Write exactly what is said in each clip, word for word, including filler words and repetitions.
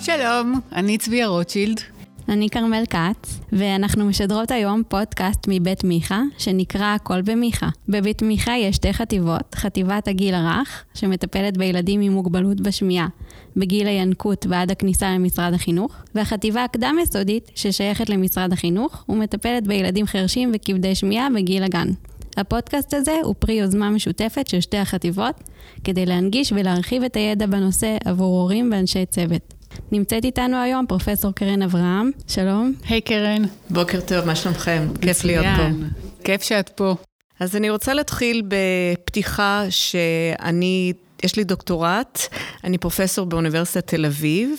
שלום, אני צביה רוטשילד. אני קרמל קץ, ואנחנו משדרות היום פודקאסט מבית מיכה, שנקרא הכל במיכה. בבית מיכה יש שתי חטיבות, חטיבת הגיל הרך, שמטפלת בילדים עם מוגבלות בשמיעה, בגיל הינקות ועד הכניסה למשרד החינוך, והחטיבה הקדם יסודית, ששייכת למשרד החינוך, ומטפלת בילדים חרשים וכבדי שמיעה בגיל הגן. הפודקאסט הזה הוא פרי יוזמה משותפת של שתי החטיבות, כדי להנגיש ולהרחיב את הידע בנושא עבור הורים ואנשי צוות. נמצאת איתנו היום פרופסור קרן אברהם. שלום. היי קרן. בוקר טוב, מה שלומכם? כיף להיות פה. כיף שאת פה. אז אני רוצה להתחיל בפתיחה שאני, יש לי דוקטורט, אני פרופסור באוניברסיטת תל אביב,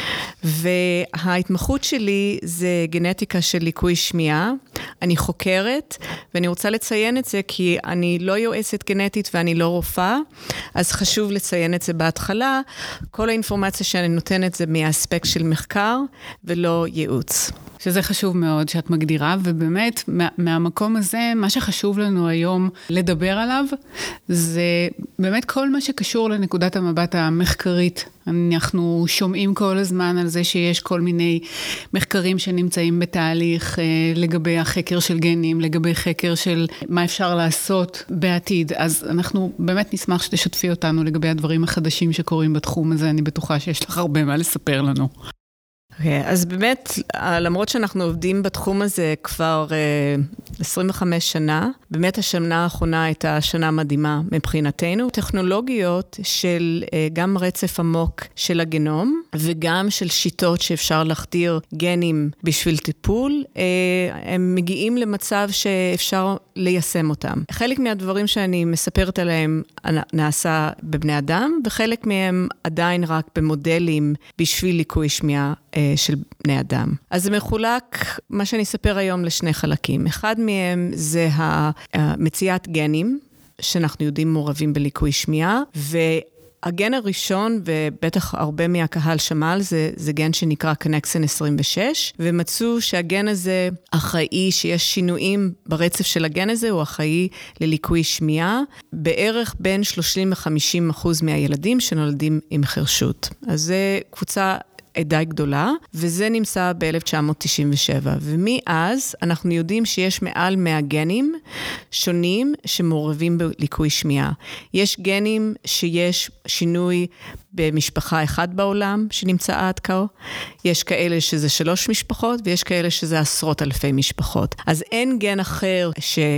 וההתמחות שלי זה גנטיקה של ליקוי שמיעה. אני חוקרת, ואני רוצה לציין את זה כי אני לא יועצת גנטית ואני לא רופאה, אז חשוב לציין את זה בהתחלה. כל האינפורמציה שאני נותנת זה מהאספקט של מחקר ולא ייעוץ. שזה חשוב מאוד שאת מגדירה, ובאמת מה, מהמקום הזה, מה שחשוב לנו היום לדבר עליו, זה באמת כל מה שקשור לנקודת המבט המחקרית. אנחנו שומעים כל הזמן על זה שיש כל מיני מחקרים שנמצאים בתהליך לגבי החקר של גנים, לגבי חקר של מה אפשר לעשות בעתיד. אז אנחנו באמת נשמח שתשתפי אותנו לגבי הדברים החדשים שקורים בתחום הזה. אני בטוחה שיש לך הרבה מה לספר לנו. Okay, אז באמת, למרות שאנחנו עובדים בתחום הזה כבר uh, עשרים וחמש שנה, באמת השנה האחרונה הייתה שנה מדהימה מבחינתנו. טכנולוגיות של uh, גם רצף עמוק של הגנום, וגם של שיטות שאפשר להחדיר גנים בשביל טיפול, uh, הם מגיעים למצב שאפשר ליישם אותם. חלק מהדברים שאני מספרת עליהם נעשה בבני אדם, וחלק מהם עדיין רק במודלים בשביל ליקוי שמיעה של בני אדם. אז זה מחולק, מה שאני אספר היום, לשני חלקים. אחד מהם זה המציאת גנים, שאנחנו יודעים מעורבים בליקוי שמיעה, והגן הראשון, ובטח הרבה מהקהל שמע על זה, זה גן שנקרא קונקסין עשרים ושש, ומצאו שהגן הזה אחראי, שיש שינויים ברצף של הגן הזה, הוא אחראי לליקוי שמיעה, בערך בין שלושים ל-חמישים אחוז מהילדים שנולדים עם חרשות. אז זה קבוצה די גדולה, וזה נמצא ב-אלף תשע מאות תשעים ושבע. ומאז אנחנו יודעים שיש מעל מאה גנים שונים שמעורבים בליקוי שמיעה. יש גנים שיש שינוי במשפחה אחת בעולם שנמצא עד כה, יש כאלה שזה שלוש משפחות, ויש כאלה שזה עשרות אלפי משפחות. אז אין גן אחר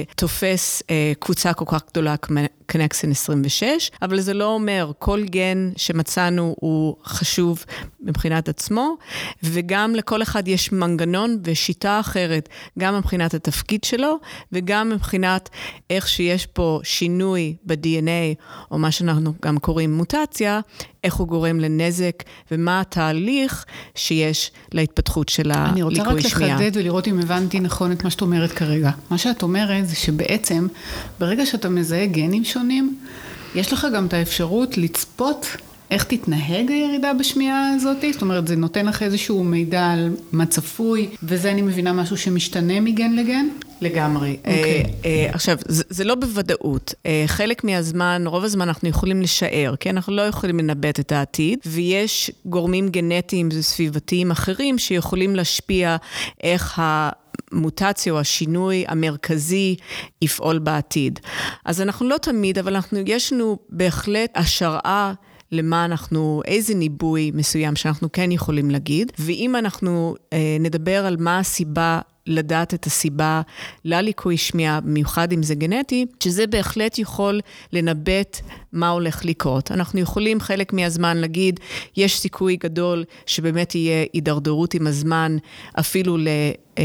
שתופס אה, קבוצה כל כך גדולה קונקסין עשרים ושש, אבל זה לא אומר, כל גן שמצאנו הוא חשוב מבחינת עצמו, וגם לכל אחד יש מנגנון ושיטה אחרת, גם מבחינת התפקיד שלו, וגם מבחינת איך שיש פה שינוי ב-די אן איי, או מה שאנחנו גם קוראים מוטציה, איך הוא גורם לנזק, ומה התהליך שיש להתפתחות של הליקוי שמיעה. אני רוצה רק לחדד ולראות אם הבנתי נכון את מה שאת אומרת כרגע. מה שאת אומרת זה שבעצם, ברגע שאתה מזהה גנים שונים, יש לך גם את האפשרות לצפות איך תתנהג הירידה בשמיעה הזאת? זאת אומרת, זה נותן לך איזשהו מידע על מה צפוי, וזה אני מבינה משהו שמשתנה מגן לגן? לגמרי. אוקיי. עכשיו, זה לא בוודאות. חלק מהזמן, רוב הזמן אנחנו יכולים לשער, כי אנחנו לא יכולים לנבט את העתיד, ויש גורמים גנטיים וסביבתיים אחרים שיכולים להשפיע איך ה... מוטציה או השינוי המרכזי יפעול בעתיד. אז אנחנו לא תמיד, אבל אנחנו, יש לנו בהחלט השערה למה אנחנו, איזה ניבוי מסוים שאנחנו כן יכולים להגיד, ואם אנחנו אה, נדבר על מה הסיבה, לדעת את הסיבה לליקוי שמיעה, במיוחד אם זה גנטי, שזה בהחלט יכול לנבט מה הולך לקרות. אנחנו יכולים חלק מהזמן להגיד, יש סיכוי גדול שבאמת יהיה הידרדרות עם הזמן, אפילו ל...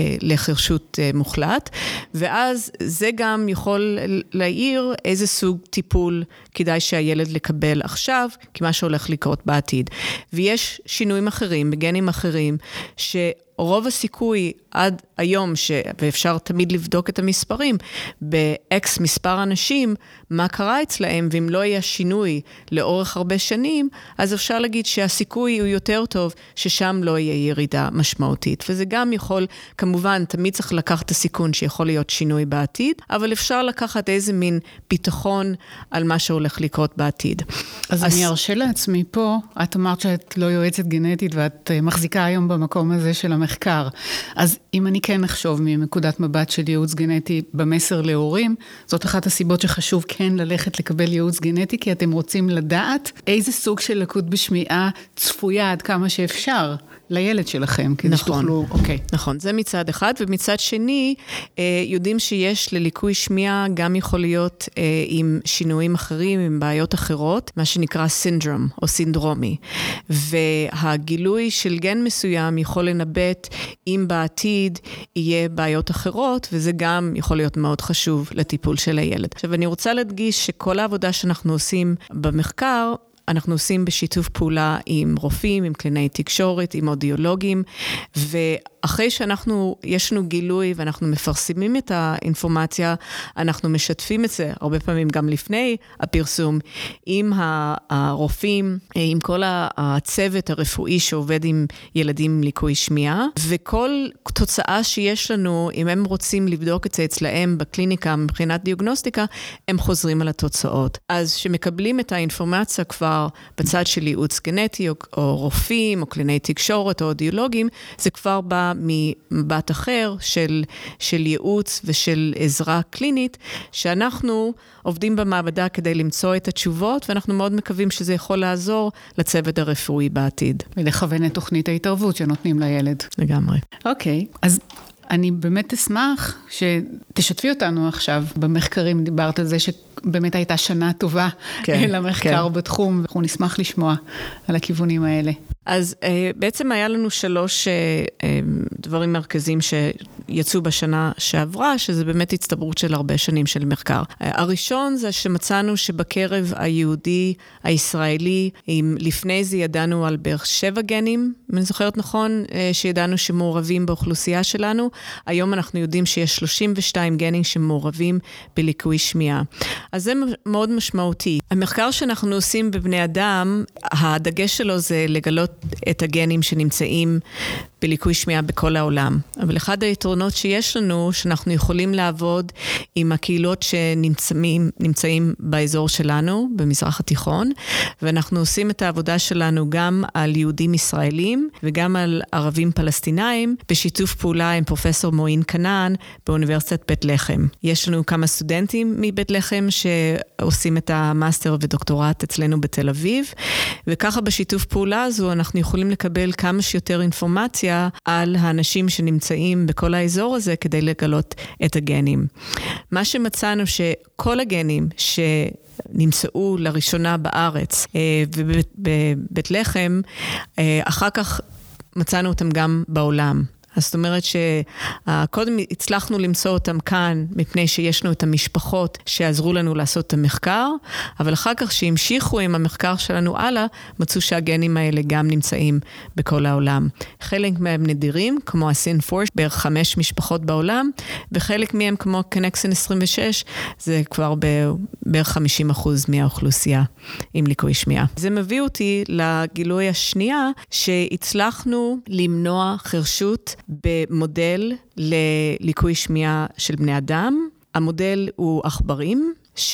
לחרשות מוחלט, ואז זה גם יכול להעיר איזה סוג טיפול כדאי שהילד לקבל עכשיו, כי מה שהולך לקרות בעתיד. ויש שינויים אחרים, בגנים אחרים, שרוב הסיכוי עד היום, ש... ואפשר תמיד לבדוק את המספרים, ב-X מספר אנשים, מה קרה אצלהם, ואם לא יהיה שינוי לאורך הרבה שנים, אז אפשר להגיד שהסיכוי הוא יותר טוב, ששם לא יהיה ירידה משמעותית. וזה גם יכול, כמובן, תמיד צריך לקחת את הסיכון שיכול להיות שינוי בעתיד, אבל אפשר לקחת איזה מין ביטחון על מה שהולך לקרות בעתיד. אז, אז אני ארשה לעצמי פה, את אמרת שאת לא יועצת גנטית, ואת מחזיקה היום במקום הזה של המחקר. אז אם אני כן אחשוב מנקודת מבט של ייעוץ גנטי במסר להורים, זאת אחת הסיבות שחשוב כן ללכת לקבל ייעוץ גנטי, כי אתם רוצים לדעת איזה סוג של לקות בשמיעה צפויה עד כמה שאפשר לילד שלכם, כדי נכון, שתוכלו, אוקיי. נכון, זה מצד אחד, ומצד שני, יודעים שיש לליקוי שמיעה גם יכול להיות עם שינויים אחרים, עם בעיות אחרות, מה שנקרא סינדרום או סינדרומי. והגילוי של גן מסוים יכול לנבט אם בעתיד יהיה בעיות אחרות, וזה גם יכול להיות מאוד חשוב לטיפול של הילד. עכשיו, אני רוצה להדגיש שכל העבודה שאנחנו עושים במחקר, אנחנו עושים בשיתוף פעולה עם רופאים, עם קלינאי תקשורת, עם אודיולוגים, ואחרי שאנחנו, יש לנו גילוי ואנחנו מפרסמים את האינפורמציה, אנחנו משתפים את זה, הרבה פעמים גם לפני הפרסום, עם הרופאים, עם כל הצוות הרפואי שעובד עם ילדים עם ליקוי שמיעה, וכל תוצאה שיש לנו, אם הם רוצים לבדוק את זה אצלהם בקליניקה מבחינת דיאגנוסטיקה, הם חוזרים על התוצאות. אז שמקבלים את האינפורמציה כבר בצד של ייעוץ גנטי, או, או רופאים, או קלינאי תקשורת, או אודיולוגים, זה כבר בא מבט אחר של, של ייעוץ ושל עזרה קלינית, שאנחנו עובדים במעבדה כדי למצוא את התשובות, ואנחנו מאוד מקווים שזה יכול לעזור לצוות הרפואי בעתיד. ולכוון את תוכנית ההתערבות שנותנים לילד. לגמרי. אוקיי, אז אני באמת אשמח שתשתפי אותנו עכשיו במחקרים, דיברת על זה שבאמת הייתה שנה טובה כן, למחקר כן. בתחום, ואנחנו נשמח לשמוע על הכיוונים האלה. אז בעצם היה לנו שלוש דברים מרכזיים שיצאו בשנה שעברה, שזה באמת הצטברות של הרבה שנים של מחקר. הראשון זה שמצאנו שבקרב היהודי הישראלי, אם לפני זה ידענו על בערך שבע גנים, אם אני זוכרת נכון, שידענו שמעורבים באוכלוסייה שלנו, היום אנחנו יודעים שיש שלושים ושתיים גנים שמעורבים בליקוי שמיעה. אז זה מאוד משמעותי. המחקר שאנחנו עושים בבני אדם, הדגש שלו זה לגלות את הגנים שנמצאים בליקוי שמיעה בכל העולם. אבל אחד היתרונות שיש לנו, שאנחנו יכולים לעבוד עם הקהילות שנמצאים נמצאים באזור שלנו, במזרח התיכון, ואנחנו עושים את העבודה שלנו גם על יהודים ישראלים, וגם על ערבים פלסטינאים, בשיתוף פעולה עם פרופסור מועין קנן, באוניברסיטת בית לחם. יש לנו כמה סטודנטים מבית לחם, שעושים את המאסטר ודוקטורט אצלנו בתל אביב, וככה בשיתוף פעולה הזו, אנחנו יכולים לקבל כמה שיותר אינפורמציה, על האנשים שנמצאים בכל האזור הזה כדי לגלות את הגנים. מה שמצאנו שכל הגנים שנמצאו לראשונה בארץ ובבית לחם, אחר כך מצאנו אותם גם בעולם. אז זאת אומרת שקודם הצלחנו למצוא אותם כאן, מפני שיש לנו את המשפחות שעזרו לנו לעשות את המחקר, אבל אחר כך שהמשיכו עם המחקר שלנו הלאה, מצאו שהגנים האלה גם נמצאים בכל העולם. חלק מהם נדירים, כמו הסין פור, בערך חמש משפחות בעולם, וחלק מהם כמו קנקסן עשרים ושש, זה כבר בערך חמישים אחוז מהאוכלוסייה עם ליקוי שמיעה. זה מביא אותי לגילוי השנייה, שהצלחנו למנוע חרשות במודל לליקוי שמיעה של בני אדם. המודל הוא עכברים,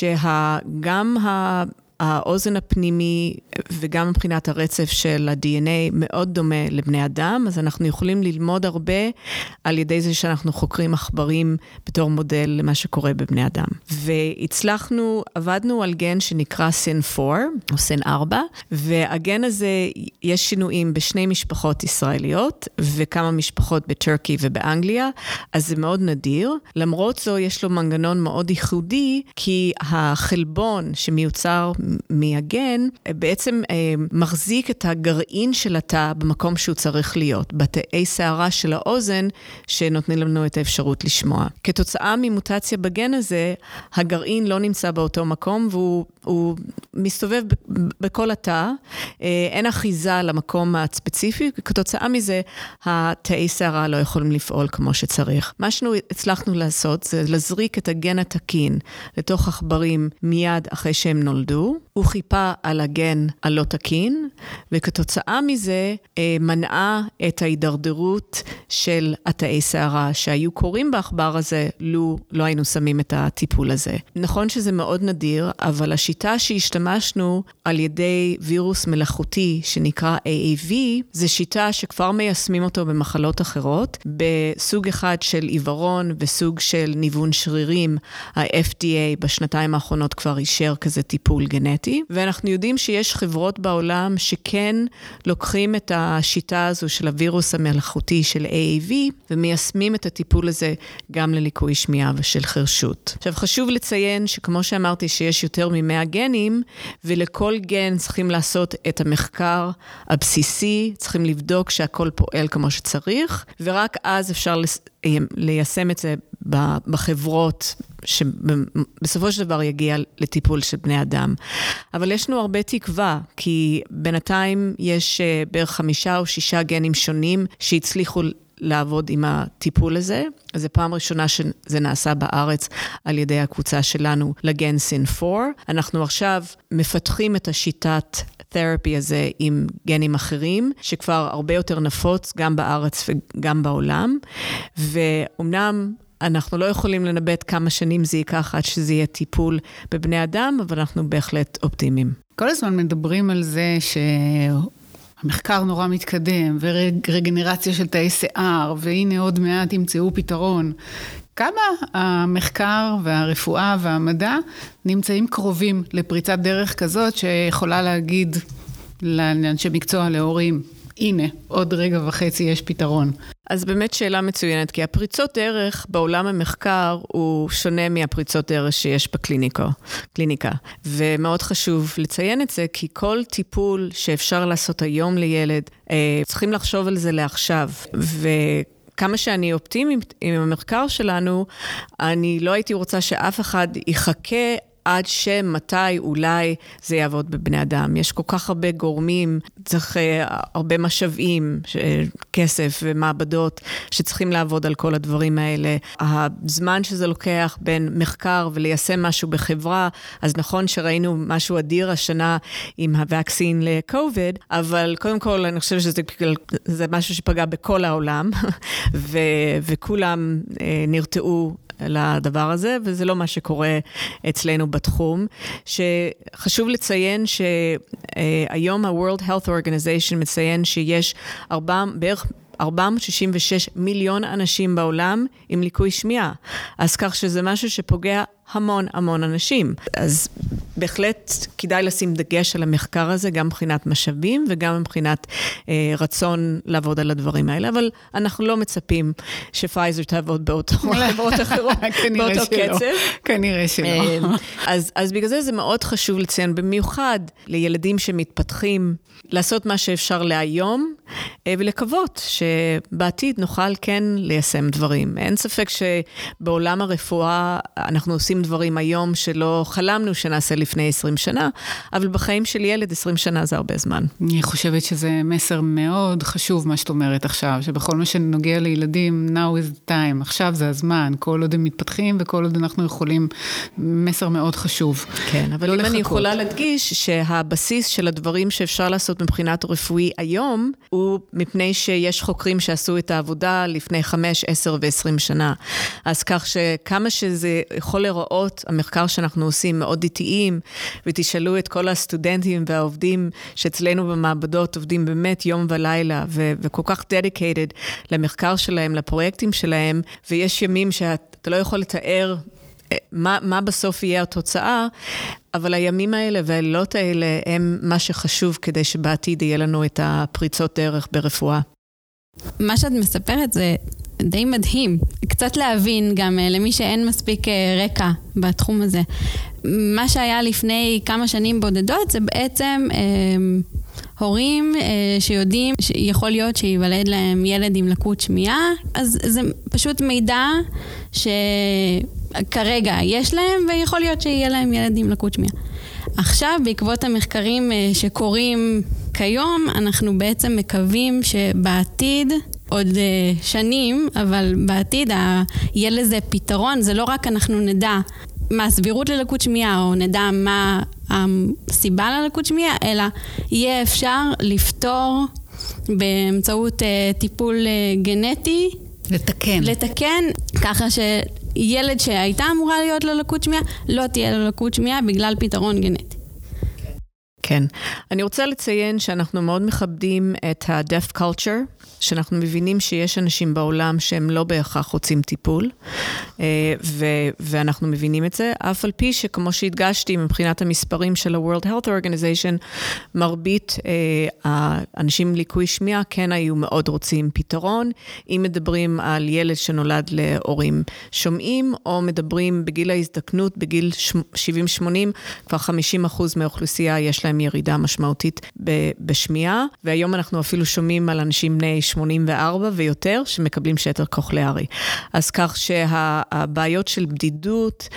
שגם האוזן הפנימי וגם מבחינת הרצף של ה-די אן איי מאוד דומה לבני אדם, אז אנחנו יכולים ללמוד הרבה על ידי זה שאנחנו חוקרים עכברים בתור מודל למה שקורה בבני אדם. והצלחנו, עבדנו על גן שנקרא סין פור, או סין ארבע, והגן הזה יש שינויים בשני משפחות ישראליות, וכמה משפחות בטורקי ובאנגליה, אז זה מאוד נדיר. למרות זו יש לו מנגנון מאוד ייחודי, כי החלבון שמיוצר מהגן, בעצם אה, מחזיק את הגרעין של התא במקום שהוא צריך להיות, בתאי שערה של האוזן, שנותנים לנו את האפשרות לשמוע. כתוצאה ממוטציה בגן הזה, הגרעין לא נמצא באותו מקום, והוא הוא מסתובב בכל התא, אין אחיזה למקום הספציפי, וכתוצאה מזה התאי שערה לא יכולים לפעול כמו שצריך. מה שהצלחנו לעשות זה להזריק את הגן התקין לתוך עכברים מיד אחרי שהם נולדו, הוא חיפה על הגן הלא תקין, וכתוצאה מזה מנעה את ההידרדרות של התאי שערה שהיו קורים בעכבר הזה, לו לא היינו שמים את הטיפול הזה. נכון שזה מאוד נדיר, אבל השיטה שהשתמשנו על ידי וירוס מלאכותי שנקרא A A V, זה שיטה שכבר מיישמים אותו במחלות אחרות, בסוג אחד של עיוורון וסוג של ניוון שרירים, ה-F D A בשנתיים האחרונות כבר אישר כזה טיפול גנטי, ואנחנו יודעים שיש חברות בעולם שכן לוקחים את השיטה הזו של הווירוס המלאכותי של A A V, ומיישמים את הטיפול הזה גם לליקוי שמיעה ושל חרשות. עכשיו חשוב לציין שכמו שאמרתי שיש יותר מ-מאה גנים, ולכל גן צריכים לעשות את המחקר הבסיסי, צריכים לבדוק שהכל פועל כמו שצריך, ורק אז אפשר ליישם את זה בחברות, שבסופו של דבר יגיע לטיפול של בני אדם. אבל יש לנו הרבה תקווה, כי בינתיים יש בערך חמישה או שישה גנים שונים שהצליחו לעבוד עם הטיפול הזה. אז זו פעם ראשונה שזה נעשה בארץ על ידי הקבוצה שלנו לגן סין ארבע. אנחנו עכשיו מפתחים את השיטת תרפי הזה עם גנים אחרים, שכבר הרבה יותר נפוץ גם בארץ וגם בעולם. ואומנם אנחנו לא יכולים לנבט כמה שנים זה ייקח עד שזה יהיה טיפול בבני אדם, אבל אנחנו בהחלט אופטימיים. כל הזמן מדברים על זה ש... המחקר נורא מתקדם, ורגנרציה של תאי שיער, והנה עוד מעט ימצאו פתרון. כמה המחקר והרפואה והמדע נמצאים קרובים לפריצת דרך כזאת, שיכולה להגיד לאנשי מקצוע, להורים, הנה, עוד רגע וחצי יש פתרון. אז באמת שאלה מצוינת, כי הפריצות דרך בעולם המחקר הוא שונה מהפריצות דרך שיש בקליניקה, קליניקה. ומאוד חשוב לציין את זה, כי כל טיפול שאפשר לעשות היום לילד, צריכים לחשוב על זה לעכשיו. וכמה שאני אופטימית עם המחקר שלנו, אני לא הייתי רוצה שאף אחד יחכה עד שמתי אולי זה יעבוד בבני אדם. יש כל כך הרבה גורמים, צריך הרבה משאבים, כסף ומעבדות, שצריכים לעבוד על כל הדברים האלה. הזמן שזה לוקח בין מחקר וליישם משהו בחברה, אז נכון שראינו משהו אדיר השנה עם הוואקסין לקוביד, אבל קודם כל אני חושבת שזה זה משהו שפגע בכל העולם, ו, וכולם נרתעו לדבר הזה, וזה לא מה שקורה אצלנו בתחום, שחשוב לציין שהיום ה-World Health Organization מציין שיש ארבע, בערך ארבע מאות שישים ושש מיליון אנשים בעולם עם ליקוי שמיעה. אז כך שזה משהו שפוגע המון המון אנשים. אז בהחלט כדאי לשים דגש על המחקר הזה, גם מבחינת משאבים וגם מבחינת אה, רצון לעבוד על הדברים האלה, אבל אנחנו לא מצפים שפייזר תעבוד באותו חברות אחרות, באותו קצב. כנראה שלא. אז, אז בגלל זה זה מאוד חשוב לציין, במיוחד לילדים שמתפתחים, לעשות מה שאפשר להיום, ולקוות שבעתיד נוכל כן ליישם דברים. אין ספק שבעולם הרפואה אנחנו עושים דברים היום שלא חלמנו שנעשה לפני עשרים שנה, אבל בחיים של ילד עשרים שנה זה הרבה זמן. אני חושבת שזה מסר מאוד חשוב מה שאת אומרת עכשיו, שבכל מה שנוגע לילדים, now is the time, עכשיו זה הזמן, כל עוד הם מתפתחים וכל עוד אנחנו יכולים, מסר מאוד חשוב. כן, אבל אם אני יכולה להדגיש שהבסיס של הדברים שאפשר לעשות מבחינת רפואי היום, הוא מפני שיש חוקרים שעשו את העבודה לפני חמש, עשר ועשרים שנה. אז כך שכמה שזה יכול לראות, המחקר שאנחנו עושים מאוד איטיים, ותשאלו את כל הסטודנטים והעובדים שאצלנו במעבדות עובדים באמת יום ולילה, ו- וכל כך dedicated למחקר שלהם, לפרויקטים שלהם, ויש ימים שאתה לא יכול לתאר מה, מה בסוף יהיה התוצאה, אבל הימים האלה והלילות האלה הם מה שחשוב כדי שבעתיד יהיה לנו את הפריצות דרך ברפואה. מה שאת מספרת זה די מדהים. קצת להבין גם למי שאין מספיק רקע בתחום הזה. מה שהיה לפני כמה שנים בודדות זה בעצם אה, הורים אה, שיודעים שיכול להיות שיוולד להם ילד עם לקות שמיעה, אז זה פשוט מידע שכרגע יש להם ויכול להיות שיהיה להם ילד עם לקות שמיעה. עכשיו, בעקבות המחקרים שקורים כיום, אנחנו בעצם מקווים שבעתיד, עוד שנים, אבל בעתיד יהיה לזה פתרון. זה לא רק אנחנו נדע מה הסבירות ללקות שמיעה, או נדע מה הסיבה ללקות שמיעה, אלא יהיה אפשר לפתור באמצעות טיפול גנטי, לתקן. לתקן, ככה שילד שהייתה אמורה להיות לו לקות שמיעה, לא תהיה לו לקות שמיעה בגלל פתרון גנטי. כן. אני רוצה לציין שאנחנו מאוד מכבדים את ה-deaf culture, שאנחנו מבינים שיש אנשים בעולם שהם לא בהכרח רוצים טיפול, ו- ואנחנו מבינים את זה, אף על פי שכמו שהדגשתי מבחינת המספרים של ה-World Health Organization, מרבית האנשים עם ליקוי שמיעה כן היו מאוד רוצים פתרון, אם מדברים על ילד שנולד להורים שומעים, או מדברים בגיל ההזדקנות, בגיל שבעים שמונים, כבר חמישים אחוז מהאוכלוסייה יש להם ירידה משמעותית בשמיעה, והיום אנחנו אפילו שומעים על אנשים בני שמונים וארבע ויותר שמקבלים שתר קוכליארי. אז כך שהבעיות של בדידות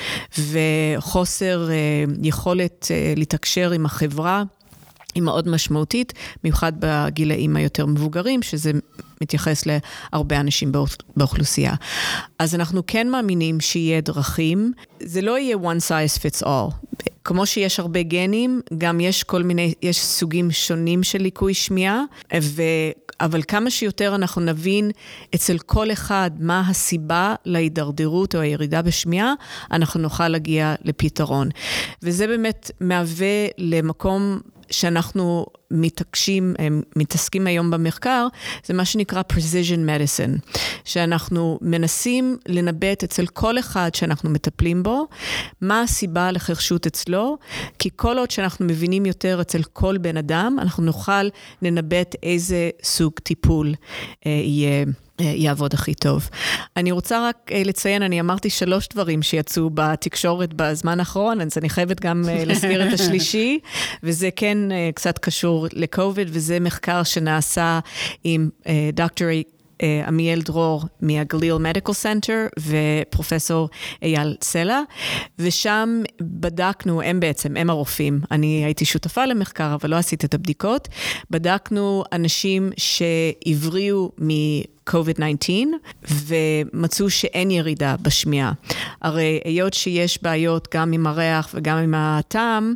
וחוסר יכולת לתקשר עם החברה היא מאוד משמעותית, מיוחד בגילאים היותר מבוגרים, שזה מתייחס להרבה אנשים באוכלוסייה. אז אנחנו כן מאמינים שיהיה דרכים, זה לא יהיה one size fits all. כמו שיש הרבה גנים, גם יש כל מיני, יש סוגים שונים של ליקוי שמיעה, ו... אבל כמה שיותר אנחנו נבין אצל כל אחד מה הסיבה להידרדרות או הירידה בשמיעה, אנחנו נוכל להגיע לפתרון. וזה באמת מהווה למקום שאנחנו מתעקשים, מתעסקים היום במחקר, זה מה שנקרא precision medicine, שאנחנו מנסים לנבט אצל כל אחד שאנחנו מטפלים בו, מה הסיבה לחרשות אצלו, כי כל עוד שאנחנו מבינים יותר אצל כל בן אדם, אנחנו נוכל לנבט איזה סוג טיפול אה, יהיה. יעבוד הכי טוב. אני רוצה רק לציין, אני אמרתי שלוש דברים שיצאו בתקשורת בזמן האחרון, אז אני חייבת גם להזכיר את השלישי, וזה כן קצת קשור לקוביד, וזה מחקר שנעשה עם דוקטור עמיאל דרור מהגליל מדיקל סנטר ופרופסור אייל סלע, ושם בדקנו, הם בעצם, הם הרופאים, אני הייתי שותפה למחקר, אבל לא עשית את הבדיקות, בדקנו אנשים שהבריאו מ-קוביד תשע עשרה, ומצאו שאין ירידה בשמיעה. הרי היות שיש בעיות גם עם הריח וגם עם הטעם,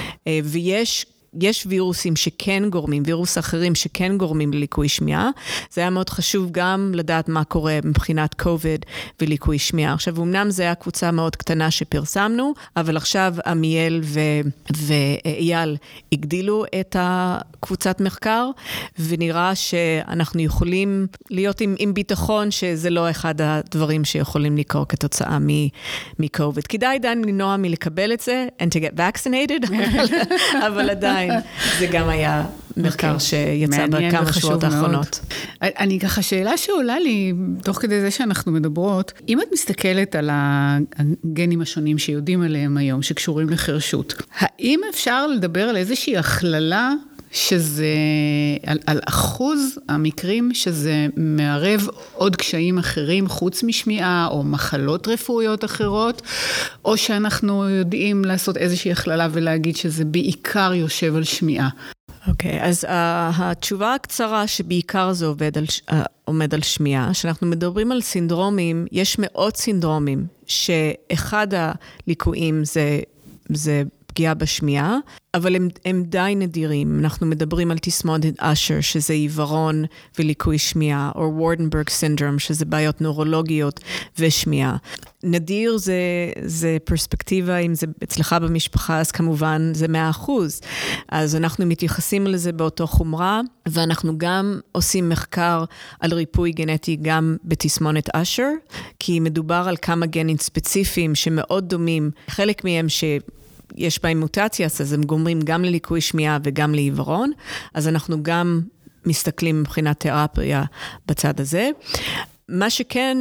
ויש יש וירוסים שכן גורמים, וירוס אחרים שכן גורמים לליקוי שמיעה. זה היה מאוד חשוב גם לדעת מה קורה מבחינת קוביד וליקוי שמיעה. עכשיו, אמנם זה היה קבוצה מאוד קטנה שפרסמנו, אבל עכשיו עמיאל ו- ואייל הגדילו את הקבוצת מחקר, ונראה שאנחנו יכולים להיות עם, עם ביטחון שזה לא אחד הדברים שיכולים לקרות כתוצאה מקוביד. כדאי עדיין למנוע מלקבל את זה, and to get vaccinated, אבל עדיין. זה גם היה מחקר שיצא בכמה שבועות האחרונות. אני ככה, שאלה שעולה לי, תוך כדי זה שאנחנו מדברות, אם את מסתכלת על הגנים השונים שיודעים עליהם היום, שקשורים לחרשות, האם אפשר לדבר על איזושהי הכללה שזה, על, על אחוז המקרים שזה מערב עוד קשיים אחרים חוץ משמיעה או מחלות רפואיות אחרות, או שאנחנו יודעים לעשות איזושהי הכללה ולהגיד שזה בעיקר יושב על שמיעה? אוקיי, okay, אז uh, התשובה הקצרה שבעיקר זה עובד על, uh, עומד על שמיעה, שאנחנו מדברים על סינדרומים, יש מאות סינדרומים שאחד הליקויים זה, זה פגיעה בשמיעה, אבל הם, הם די נדירים. אנחנו מדברים על תסמונת אשר, שזה עיוורון וליקוי שמיעה, או וורדנברג סינדרום, שזה בעיות נורולוגיות ושמיעה. נדיר זה, זה פרספקטיבה, אם זה אצלך במשפחה, אז כמובן זה מאה אחוז. אז אנחנו מתייחסים לזה באותו חומרה, ואנחנו גם עושים מחקר על ריפוי גנטי גם בתסמונת אשר, כי מדובר על כמה גנים ספציפיים שמאוד דומים, חלק מהם ש... יש בהם מוטציה, אז הם גומרים גם לליקוי שמיעה וגם לעיוורון, אז אנחנו גם מסתכלים מבחינת תרפיה בצד הזה. מה שכן,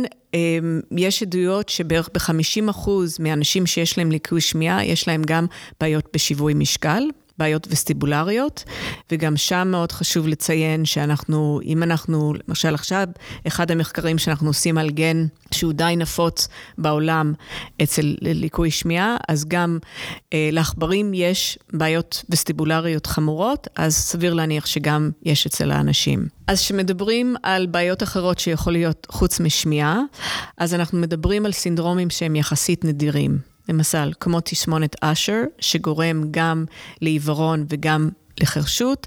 יש עדויות שבערך ב-חמישים אחוז מהאנשים שיש להם ליקוי שמיעה, יש להם גם בעיות בשיווי משקל, בעיות וסטיבולריות, וגם שם מאוד חשוב לציין שאנחנו, אם אנחנו, למשל עכשיו, אחד המחקרים שאנחנו עושים על גן שהוא די נפוץ בעולם אצל ליקוי שמיעה, אז גם אה, לעכברים יש בעיות וסטיבולריות חמורות, אז סביר להניח שגם יש אצל האנשים. אז שמדברים על בעיות אחרות שיכול להיות חוץ משמיעה, אז אנחנו מדברים על סינדרומים שהם יחסית נדירים. למשל, כמו תסמונת אשר, שגורם גם לעיוורון וגם לחרשות.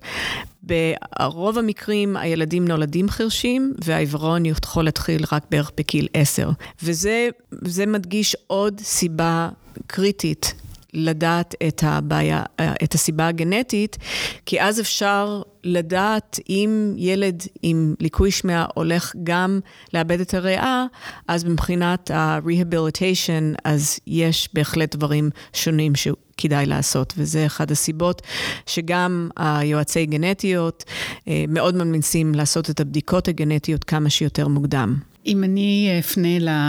ברוב המקרים הילדים נולדים חרשים, והעיוורון יכול להתחיל רק בערך בגיל עשר. וזה זה מדגיש עוד סיבה קריטית לדעת את הבעיה, את הסיבה הגנטית, כי אז אפשר לדעת אם ילד עם ליקוי שמיעה הולך גם לאבד את הריאה, אז מבחינת ה-rehabilitation, אז יש בהחלט דברים שונים שכדאי לעשות, וזה אחד הסיבות שגם היועצי גנטיות מאוד ממליצים לעשות את הבדיקות הגנטיות כמה שיותר מוקדם. אם אני אפנה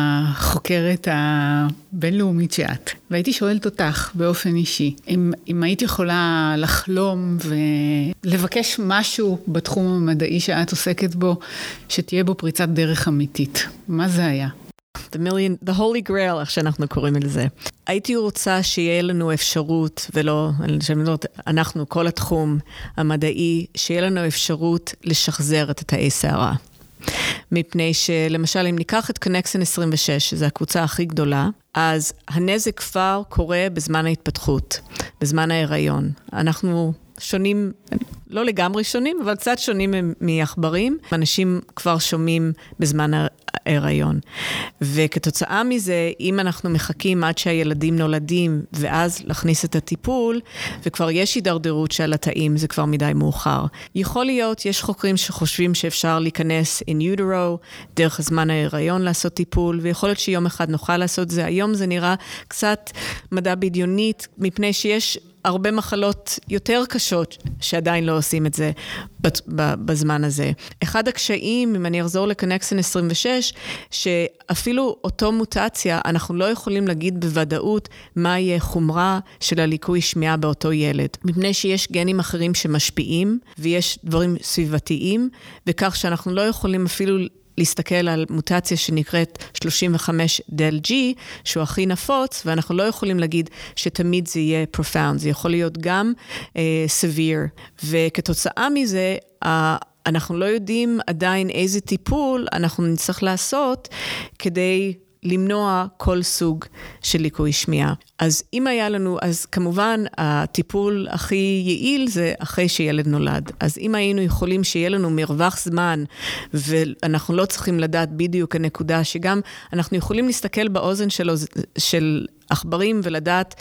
לחוקרת הבינלאומית שאת, והייתי שואלת אותך באופן אישי, אם, אם היית יכולה לחלום ולבקש משהו בתחום המדעי שאת עוסקת בו, שתהיה בו פריצת דרך אמיתית, מה זה היה? The million, the holy grail, איך שאנחנו קוראים לזה. הייתי רוצה שיהיה לנו אפשרות, ולא, אנחנו, כל התחום המדעי, שיהיה לנו אפשרות לשחזר את תאי שערה. מפני שלמשל אם ניקח את קונקסין עשרים ושש, שזו הקבוצה הכי גדולה, אז הנזק כבר קורה בזמן ההתפתחות, בזמן ההיריון. אנחנו שונים, לא לגמרי שונים, אבל קצת שונים מעכברים. אנשים כבר שומעים בזמן ההיריון. וכתוצאה מזה, אם אנחנו מחכים עד שהילדים נולדים, ואז להכניס את הטיפול, וכבר יש הידרדרות של התאים, זה כבר מדי מאוחר. יכול להיות, יש חוקרים שחושבים שאפשר להיכנס in utero, דרך הזמן ההיריון לעשות טיפול, ויכול להיות שיום אחד נוכל לעשות זה. היום זה נראה קצת מדע בדיונית, מפני שיש הרבה מחלות יותר קשות שעדיין לא עושים את זה בזמן הזה. אחד הקשיים, אם אני אחזור לקונקסין עשרים ושש, שאפילו אותו מוטציה, אנחנו לא יכולים להגיד בוודאות מה יהיה חומרה של הליקוי שמיעה באותו ילד. מפני שיש גנים אחרים שמשפיעים, ויש דברים סביבתיים, וכך שאנחנו לא יכולים אפילו להסתכל על מוטציה שנקראת שלושים וחמש דל ג'י, שהוא הכי נפוץ, ואנחנו לא יכולים להגיד שתמיד זה יהיה profound, זה יכול להיות גם uh, severe, וכתוצאה מזה, uh, אנחנו לא יודעים עדיין איזה טיפול אנחנו נצטרך לעשות, כדי למנוע כל סוג של ליקוי שמיעה. אז אם היה לנו, אז כמובן הטיפול הכי יעיל זה אחרי שילד נולד. אז אם היינו יכולים שיהיה לנו מרווח זמן, ואנחנו לא צריכים לדעת בדיוק הנקודה, שגם אנחנו יכולים להסתכל באוזן שלו, של עכברים ולדעת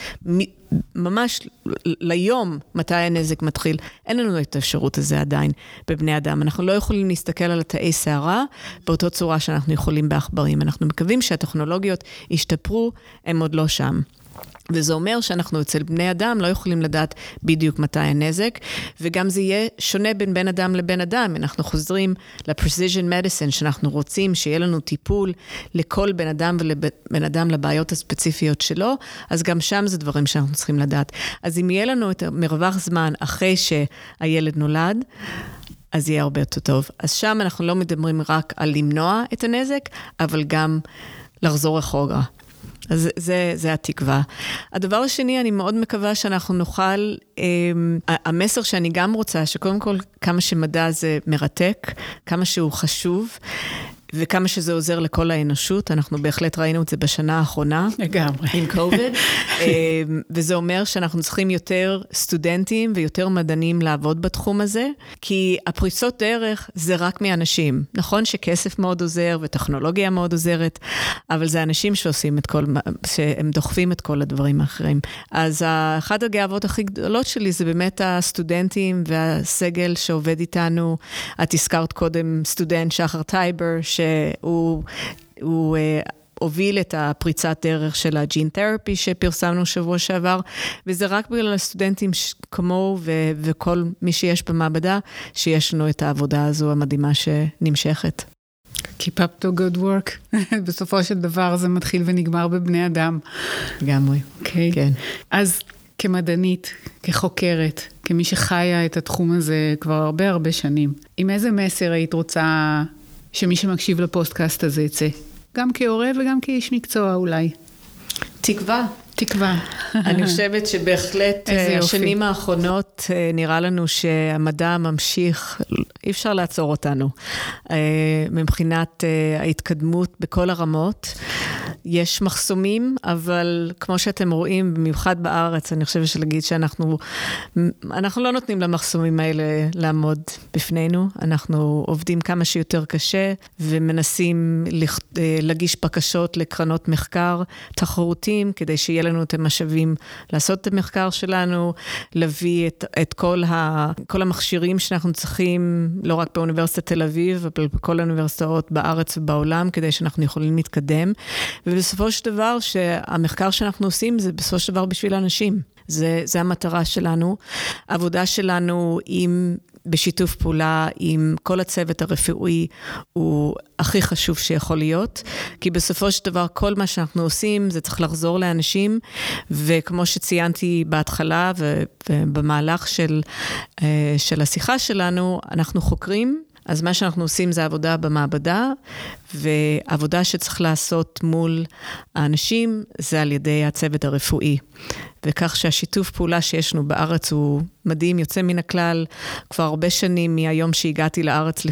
ממש ליום מתי הנזק מתחיל. אין לנו את האפשרות הזה עדיין בבני אדם. אנחנו לא יכולים להסתכל על התאי שערה באותו צורה שאנחנו יכולים בעכברים. אנחנו מקווים שהטכנולוגיות ישתפרו, הם עוד לא שם. וזה אומר שאנחנו אצל בני אדם לא יכולים לדעת בדיוק מתי הנזק, וגם זה יהיה שונה בין בן אדם לבן אדם. אנחנו חוזרים ל-precision medicine, שאנחנו רוצים שיהיה לנו טיפול לכל בן אדם ולבן אדם לבעיות הספציפיות שלו, אז גם שם זה דברים שאנחנו צריכים לדעת. אז אם יהיה לנו את מרווח זמן אחרי שהילד נולד, אז יהיה הרבה יותר טוב. אז שם אנחנו לא מדברים רק על למנוע את הנזק, אבל גם לחזור אחורה. אז זה, זה התקווה. הדבר השני, אני מאוד מקווה שאנחנו נוכל, אה, המסר שאני גם רוצה, שקודם כל כמה שמדע זה מרתק, כמה שהוא חשוב, וכמה שזה עוזר לכל האנושות, אנחנו בהחלט ראינו את זה בשנה האחרונה. לגמרי. עם קוביד. וזה אומר שאנחנו צריכים יותר סטודנטים ויותר מדענים לעבוד בתחום הזה, כי הפריצות דרך זה רק מאנשים. נכון שכסף מאוד עוזר וטכנולוגיה מאוד עוזרת, אבל זה אנשים שעושים את כל, שהם דוחפים את כל הדברים האחרים. אז אחת הגאוות הכי גדולות שלי זה באמת הסטודנטים והסגל שעובד איתנו. את הזכרת קודם סטודנט שחר טייבר, שהוא הוא, uh, הוביל את הפריצת דרך של הג'ין תרפי שפרסמנו שבוע שעבר, וזה רק בגלל הסטודנטים כמו ו- וכל מי שיש במעבדה, שיש לנו את העבודה הזו המדהימה שנמשכת. Keep up to good work. בסופו של דבר זה מתחיל ונגמר בבני אדם. לגמרי. Okay. כן. אז כמדענית, כחוקרת, כמי שחיה את התחום הזה כבר הרבה הרבה שנים. עם איזה מסר היית רוצה שמי שמקשיב לפודקאסט הזה יצא? גם כהורה וגם כאיש מקצוע אולי. תקווה. תקווה. אני חושבת שבהחלט השנים האחרונות נראה לנו שהמדע ממשיך, אי אפשר לעצור אותנו. מבחינת ההתקדמות בכל הרמות, יש מחסומים, אבל כמו שאתם רואים, במיוחד בארץ, אני חושבת שלהגיד שאנחנו אנחנו לא נותנים למחסומים האלה לעמוד בפנינו. אנחנו עובדים כמה שיותר קשה, ומנסים להגיש בקשות לקרנות מחקר תחרותיים, כדי שיהיה לנו את המשאבים לעשות את המחקר שלנו, להביא את, את כל, ה, כל המכשירים שאנחנו צריכים, לא רק באוניברסיטת תל אביב, אבל בכל האוניברסיטאות בארץ ובעולם, כדי שאנחנו יכולים להתקדם. ובסופו של דבר, שהמחקר שאנחנו עושים, זה בסופו של דבר בשביל אנשים. זה, זה המטרה שלנו. העבודה שלנו עם... בשיתוף פעולה עם כל הצוות הרפואי הוא הכי חשוב שיכול להיות, כי בסופו של דבר כל מה שאנחנו עושים זה צריך לחזור לאנשים, וכמו שציינתי בהתחלה ובמהלך של, של השיחה שלנו, אנחנו חוקרים, אז מה שאנחנו עושים זה עבודה במעבדה, ועבודה שצריך לעשות מול האנשים זה על ידי הצוות הרפואי. וכך שהשיתוף פעולה שיש לנו בארץ הוא מדהים, יוצא מן הכלל, כבר הרבה שנים מהיום שהגעתי לארץ,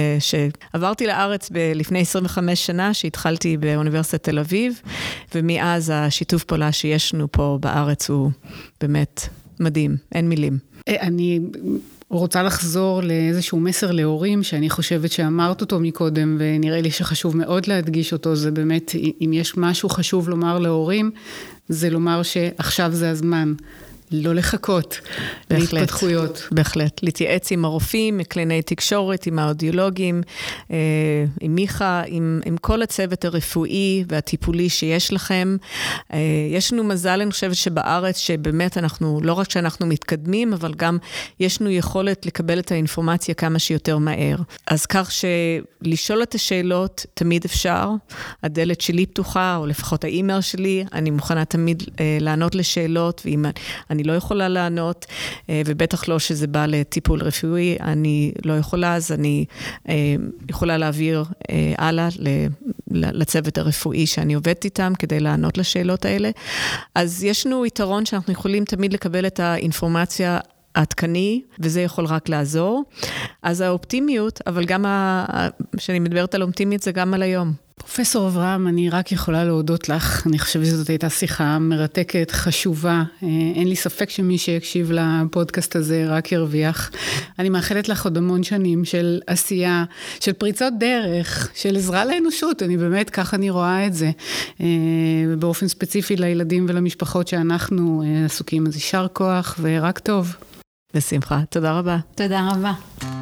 שעברתי לארץ לפני עשרים וחמש שנה, שהתחלתי באוניברסיטת תל אביב, ומאז השיתוף פעולה שיש לנו פה בארץ הוא באמת מדהים, אין מילים. אני רוצה לחזור לאיזשהו מסר להורים, שאני חושבת שאמרת אותו מקודם, ונראה לי שחשוב מאוד להדגיש אותו, זה באמת, אם יש משהו חשוב לומר להורים, זה לומר שעכשיו זה הזמן, לא לחכות להתפתחויות. בהחלט, להתייעץ עם הרופאים, מקליני תקשורת, עם האודיולוגים, עם מיכה, עם, עם כל הצוות הרפואי והטיפולי שיש לכם. יש לנו מזל, אני חושבת שבארץ, שבאמת אנחנו, לא רק שאנחנו מתקדמים, אבל גם יש לנו יכולת לקבל את האינפורמציה כמה שיותר מהר. אז כך שלשאול את השאלות תמיד אפשר, הדלת שלי פתוחה, או לפחות האימייל שלי, אני מוכנה תמיד לענות לשאלות, ואם אני לא יכולה לענות, ובטח לא שזה בא לטיפול רפואי, אני לא יכולה, אז אני יכולה להעביר הלאה לצוות הרפואי שאני עובדת איתם, כדי לענות לשאלות האלה. אז יש לנו יתרון שאנחנו יכולים תמיד לקבל את האינפורמציה העדכני, וזה יכול רק לעזור. אז האופטימיות, אבל גם כשאני מדברת על אופטימיות, זה גם על היום. פרופסור אברהם, אני רק יכולה להודות לך, אני חושבת שזאת הייתה שיחה מרתקת, חשובה, אין לי ספק שמי שיקשיב לפודקאסט הזה רק ירוויח. אני מאחלת לך עוד המון שנים של עשייה, של פריצות דרך, של עזרה לאנושות, אני באמת, ככה אני רואה את זה, ובאופן ספציפי לילדים ולמשפחות שאנחנו עסוקים, אז יישר כוח ורק טוב. בשמחה, תודה רבה. תודה רבה.